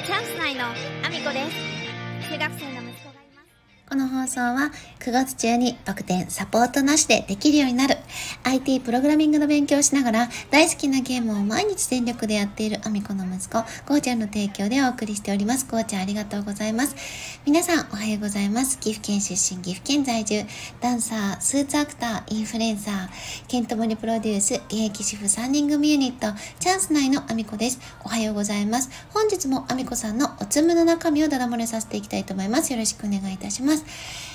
チャンス内のアミコです。中学生の息子がいます。 この放送は9月中にバク転サポートなしでできるようになる IT プログラミングの勉強をしながら大好きなゲームを毎日全力でやっているアミコの息子こうちゃんの提供でお送りしております。こうちゃんありがとうございます。皆さんおはようございます。岐阜県出身、岐阜県在住、ダンサー、スーツアクター、インフルエンサー、ケントモリプロデュース、現役主婦3人組ユニットチャンス内のアミコです。おはようございます。本日もアミコさんのおつむの中身をダダ漏れさせていきたいと思います。よろしくお願いいたします。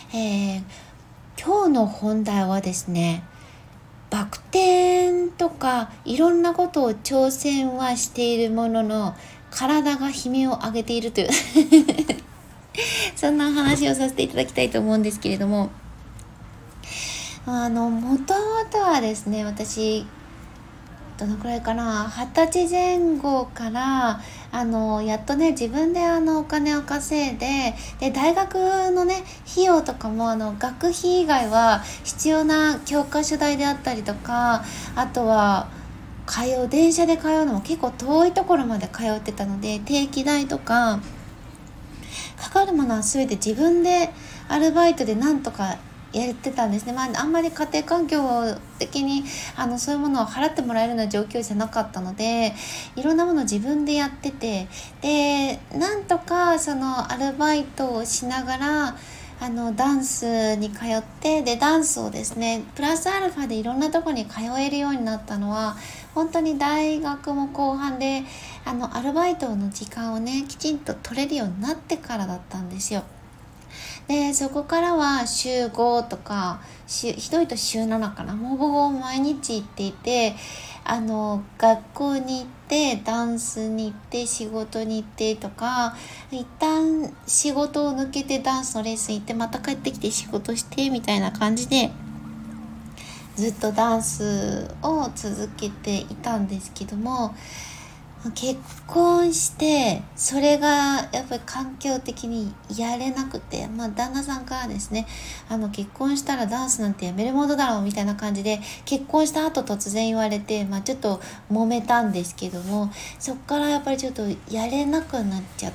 今日の本題はですね、バク転とかいろんなことを挑戦はしているものの体が悲鳴を上げているというそんな話をさせていただきたいと思うんですけれども、もともとはですね、私どのくらいかな、20歳前後からやっとね自分でお金を稼いで、大学のね費用とかも学費以外は必要な教科書代であったりとか、あとは電車で通うのも結構遠いところまで通ってたので、定期代とかかかるものは全て自分でアルバイトでなんとかやってたんですね。あんまり家庭環境的にそういうものを払ってもらえるような状況じゃなかったので、いろんなものを自分でやってて、でなんとかそのアルバイトをしながらダンスに通って、でダンスをですねプラスアルファでいろんなところに通えるようになったのは本当に大学も後半でアルバイトの時間をねきちんと取れるようになってからだったんですよ。でそこからは週5とかひどいと週7かな、ほぼほぼ毎日行っていて、学校に行ってダンスに行って仕事に行ってとか、一旦仕事を抜けてダンスのレッスン行ってまた帰ってきて仕事してみたいな感じでずっとダンスを続けていたんですけども、結婚してそれがやっぱり環境的にやれなくて、旦那さんからですね、結婚したらダンスなんてやめるものだろうみたいな感じで結婚した後突然言われて、ちょっと揉めたんですけども、そっからやっぱりちょっとやれなくなっちゃって、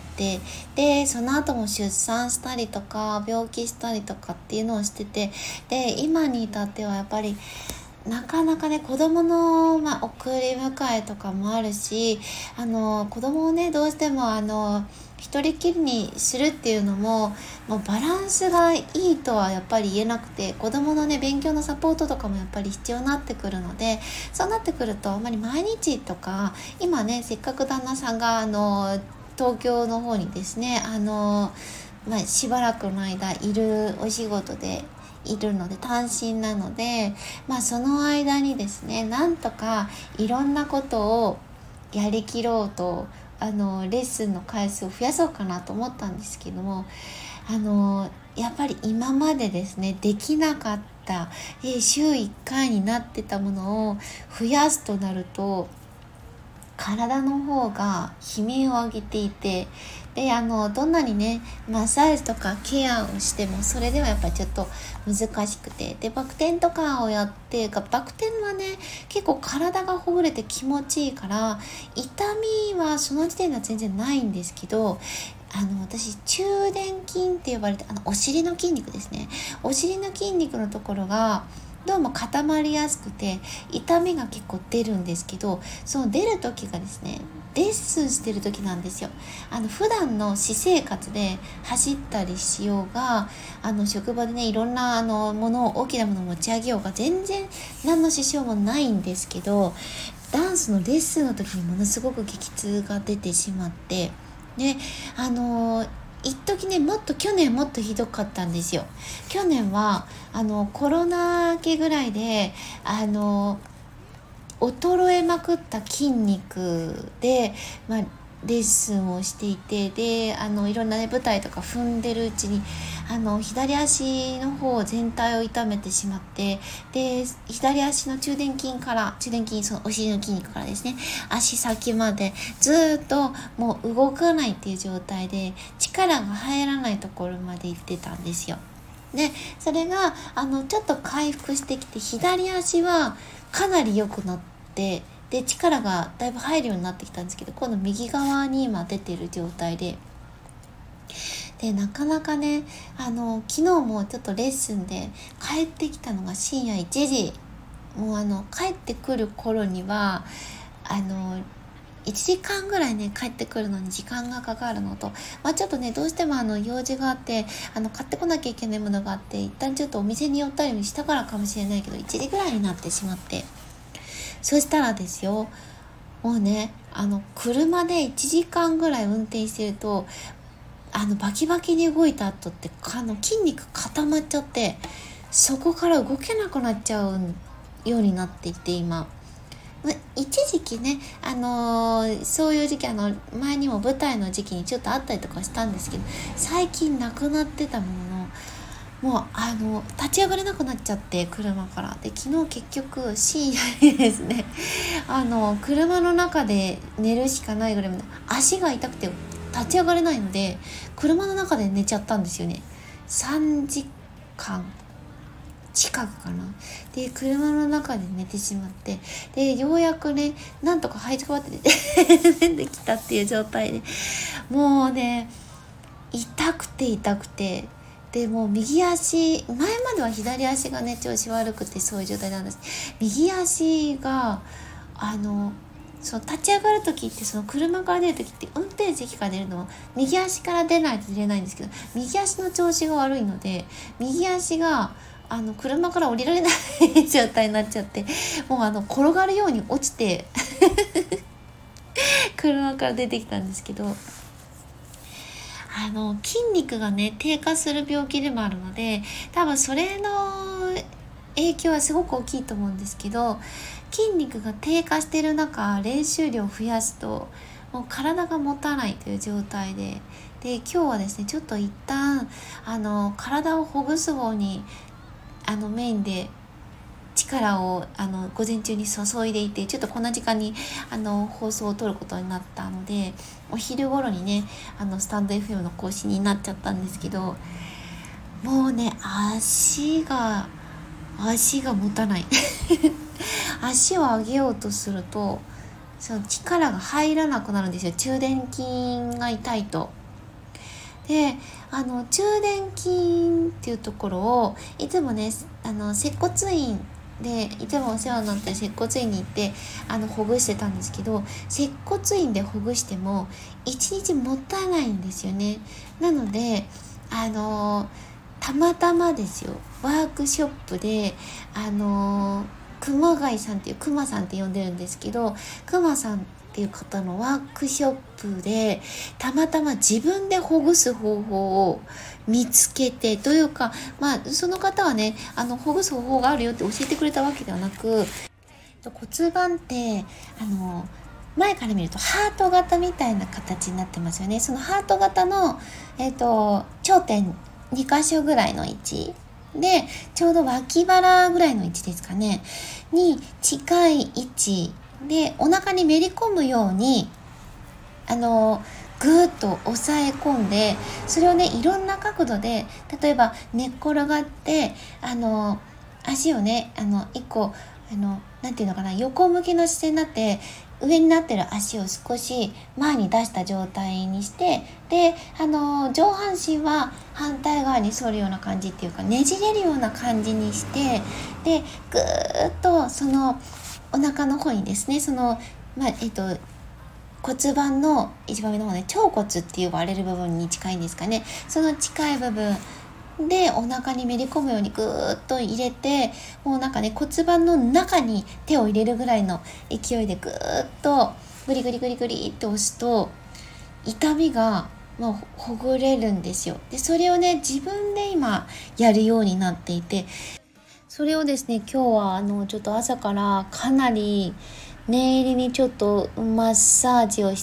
でその後も出産したりとか病気したりとかっていうのをしてて、で今に至ってはやっぱりなかなかね子供の、送り迎えとかもあるし、子供をねどうしても一人きりにするっていうのもバランスがいいとはやっぱり言えなくて、子供のね勉強のサポートとかもやっぱり必要になってくるので、そうなってくるとあんまり毎日とか、今ねせっかく旦那さんが東京の方にですねしばらくの間いるお仕事でいるので単身なので、その間にですねなんとかいろんなことをやりきろうとレッスンの回数を増やそうかなと思ったんですけども、やっぱり今までですねできなかった週1回になってたものを増やすとなると体の方が悲鳴を上げていて、でどんなにねマッサージとかケアをしてもそれではやっぱりちょっと難しくて、でバク転とかをやって、バク転はね結構体がほぐれて気持ちいいから痛みはその時点では全然ないんですけど、私中殿筋って呼ばれてお尻の筋肉ですね、お尻の筋肉のところがどうも固まりやすくて痛みが結構出るんですけど、その出る時がですねレッスンしてる時なんですよ。普段の私生活で走ったりしようが職場でねいろんな大きなものを持ち上げようが全然何の支障もないんですけど、ダンスのレッスンの時にものすごく激痛が出てしまって、で一時ね去年もっとひどかったんですよ。去年はコロナ明けぐらいで衰えまくった筋肉で、レッスンをしていて、でいろんなね舞台とか踏んでるうちに左足の方全体を痛めてしまって、で左足の中殿筋そのお尻の筋肉からですね足先までずっともう動かないっていう状態で力が入らないところまで行ってたんですよ。でそれがちょっと回復してきて左足はかなり良くなってで力がだいぶ入るようになってきたんですけど、今度右側に今出ている状態で、なかなかね昨日もちょっとレッスンで帰ってきたのが深夜1時、もう帰ってくる頃には1時間ぐらいね帰ってくるのに時間がかかるのと、ちょっとねどうしても用事があって買ってこなきゃいけないものがあって、一旦ちょっとお店に寄ったりしたからかもしれないけど1時ぐらいになってしまって、そしたらですよ、もうね車で1時間ぐらい運転してるとバキバキに動いた後って筋肉固まっちゃって、そこから動けなくなっちゃうようになっていて、今一時期ね、そういう時期前にも舞台の時期にちょっとあったりとかしたんですけど、最近なくなってたものの、もう立ち上がれなくなっちゃって、車からで、昨日結局深夜にですね車の中で寝るしかないぐらいまで足が痛くて立ち上がれないので、車の中で寝ちゃったんですよね。3時間近くかな。で車の中で寝てしまって、でようやくねなんとか這いつくばって出てきたっていう状態で、もうね痛くて、でもう右足、前までは左足がね調子悪くてそういう状態なんです。右足がそう立ち上がる時って、その車から出る時って運転席から出るのは右足から出ないと出れないんですけど、右足の調子が悪いので右足が車から降りられない状態になっちゃって、もう転がるように落ちて車から出てきたんですけど、筋肉がね低下する病気でもあるので、多分それの影響はすごく大きいと思うんですけど、筋肉が低下している中練習量を増やすともう体が持たないという状態で、今日はですねちょっと一旦体をほぐす方にメインで力を午前中に注いでいて、ちょっとこんな時間に放送を撮ることになったので、お昼頃にねスタンド FM の更新になっちゃったんですけど、もうね足が持たない足を上げようとするとその力が入らなくなるんですよ。中殿筋が痛いと。で中殿筋っていうところをいつもね接骨院でいつもお世話になって接骨院に行ってほぐしてたんですけど、接骨院でほぐしても1日もったいないんですよね。なのでたまたまですよ、ワークショップで熊谷さんっていう熊さんって呼んでるんですけど、熊さんっていう方のワークショップでたまたま自分でほぐす方法を見つけて、というかその方はねほぐす方法があるよって教えてくれたわけではなく、骨盤って前から見るとハート型みたいな形になってますよね。そのハート型の頂点2箇所ぐらいの位置で、ちょうど脇腹ぐらいの位置ですかねに近い位置で、お腹にめり込むようにぐーっと押さえ込んで、それをねいろんな角度で、例えば寝っ転がって足をね一個なんていうのかな、横向きの姿勢になって上になってる足を少し前に出した状態にして、で上半身は反対側に反るような感じっていうか、ねじれるような感じにして、でぐーっとそのお腹の方にですね、その骨盤の一番上の方ね、腸骨って言われる部分に近いんですかね、その近い部分でお腹にめり込むようにぐーっと入れて、もうなんかね骨盤の中に手を入れるぐらいの勢いでぐーっとグリグリグリグリって押すと痛みがもうほぐれるんですよ。でそれをね自分で今やるようになっていて、それをですね今日はちょっと朝からかなり念入りにちょっとマッサージをして、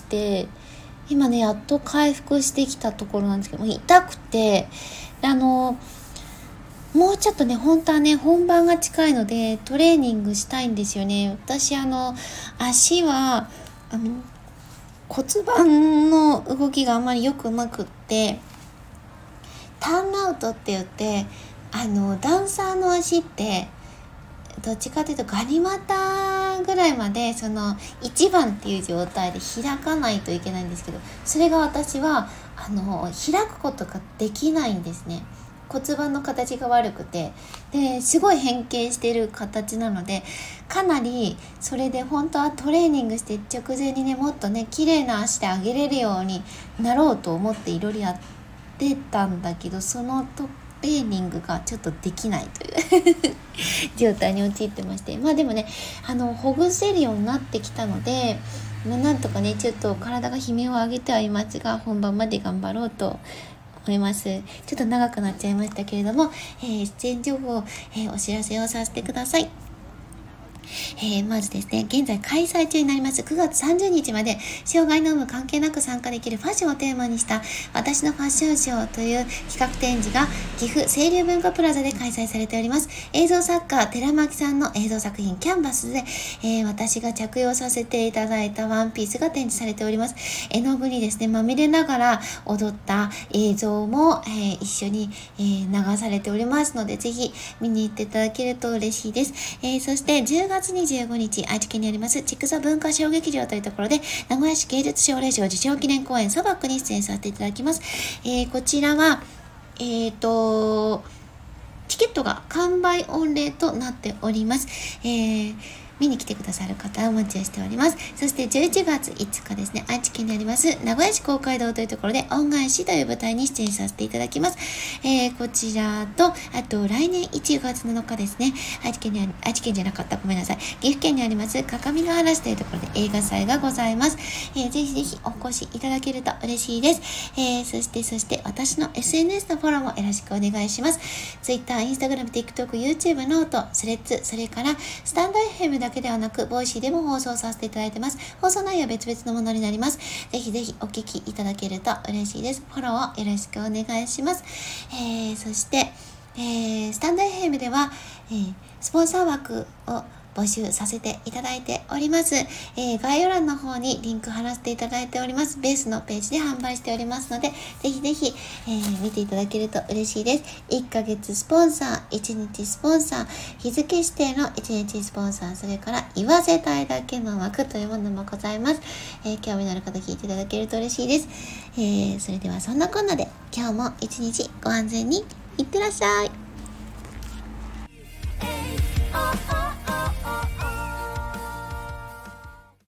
今ねやっと回復してきたところなんですけど、痛くてもうちょっとね本当はね本番が近いのでトレーニングしたいんですよね。私足は骨盤の動きがあんまり良くなくって、ターンアウトって言ってダンサーの足ってどっちかというとガニ股番ぐらいまでその1番っていう状態で開かないといけないんですけど、それが私は開くことができないんですね。骨盤の形が悪くて、ですごい変形してる形なので、かなりそれで本当はトレーニングして直前にね、もっとね綺麗な足で上げれるようになろうと思っていろいろやってたんだけど、そのトレーニングがちょっとできないという状態に陥ってまして、でもねほぐせるようになってきたので、なんとかねちょっと体が悲鳴を上げてはいますが、本番まで頑張ろうと思います。ちょっと長くなっちゃいましたけれども、出演情報、お知らせをさせてください。まずですね、現在開催中になります9月30日まで障害の有無関係なく参加できるファッションをテーマにした私のファッションショーという企画展示が岐阜清流文化プラザで開催されております。映像作家寺巻さんの映像作品キャンバスで、私が着用させていただいたワンピースが展示されております。絵の具にですねまみれながら踊った映像も、一緒に、流されておりますので、ぜひ見に行っていただけると嬉しいです。そして10月25日愛知県にあります筑座文化小劇場というところで名古屋市芸術奨励賞受賞記念公演ソバックに出演させていただきます。こちらはチケットが完売御礼となっております。見に来てくださる方をお待ちしております。そして11月5日ですね、愛知県にあります名古屋市公会堂というところで恩返しという舞台に出演させていただきます。こちらと、あと来年1月7日ですね、愛知県じゃなかった、ごめんなさい、岐阜県にあります各務原市というところで映画祭がございます。ぜひぜひお越しいただけると嬉しいです。そして私の SNS のフォローもよろしくお願いします。Twitter、Instagram、TikTok、YouTube、ノート、スレッズ、それからスタンド FM だけではなくボイシーでも放送させていただいてます。放送内容は別々のものになります。ぜひぜひお聞きいただけると嬉しいです。フォローをよろしくお願いします。そして、スタンド FM では、スポンサー枠を募集させていただいております。概要欄の方にリンク貼らせていただいております。ベースのページで販売しておりますので、ぜひぜひ、見ていただけると嬉しいです。1ヶ月スポンサー、1日スポンサー、日付指定の1日スポンサー、それから言わせたいだけの枠というものもございます。興味のある方聞いていただけると嬉しいです。それではそんなこんなで今日も一日ご安全にいってらっしゃい。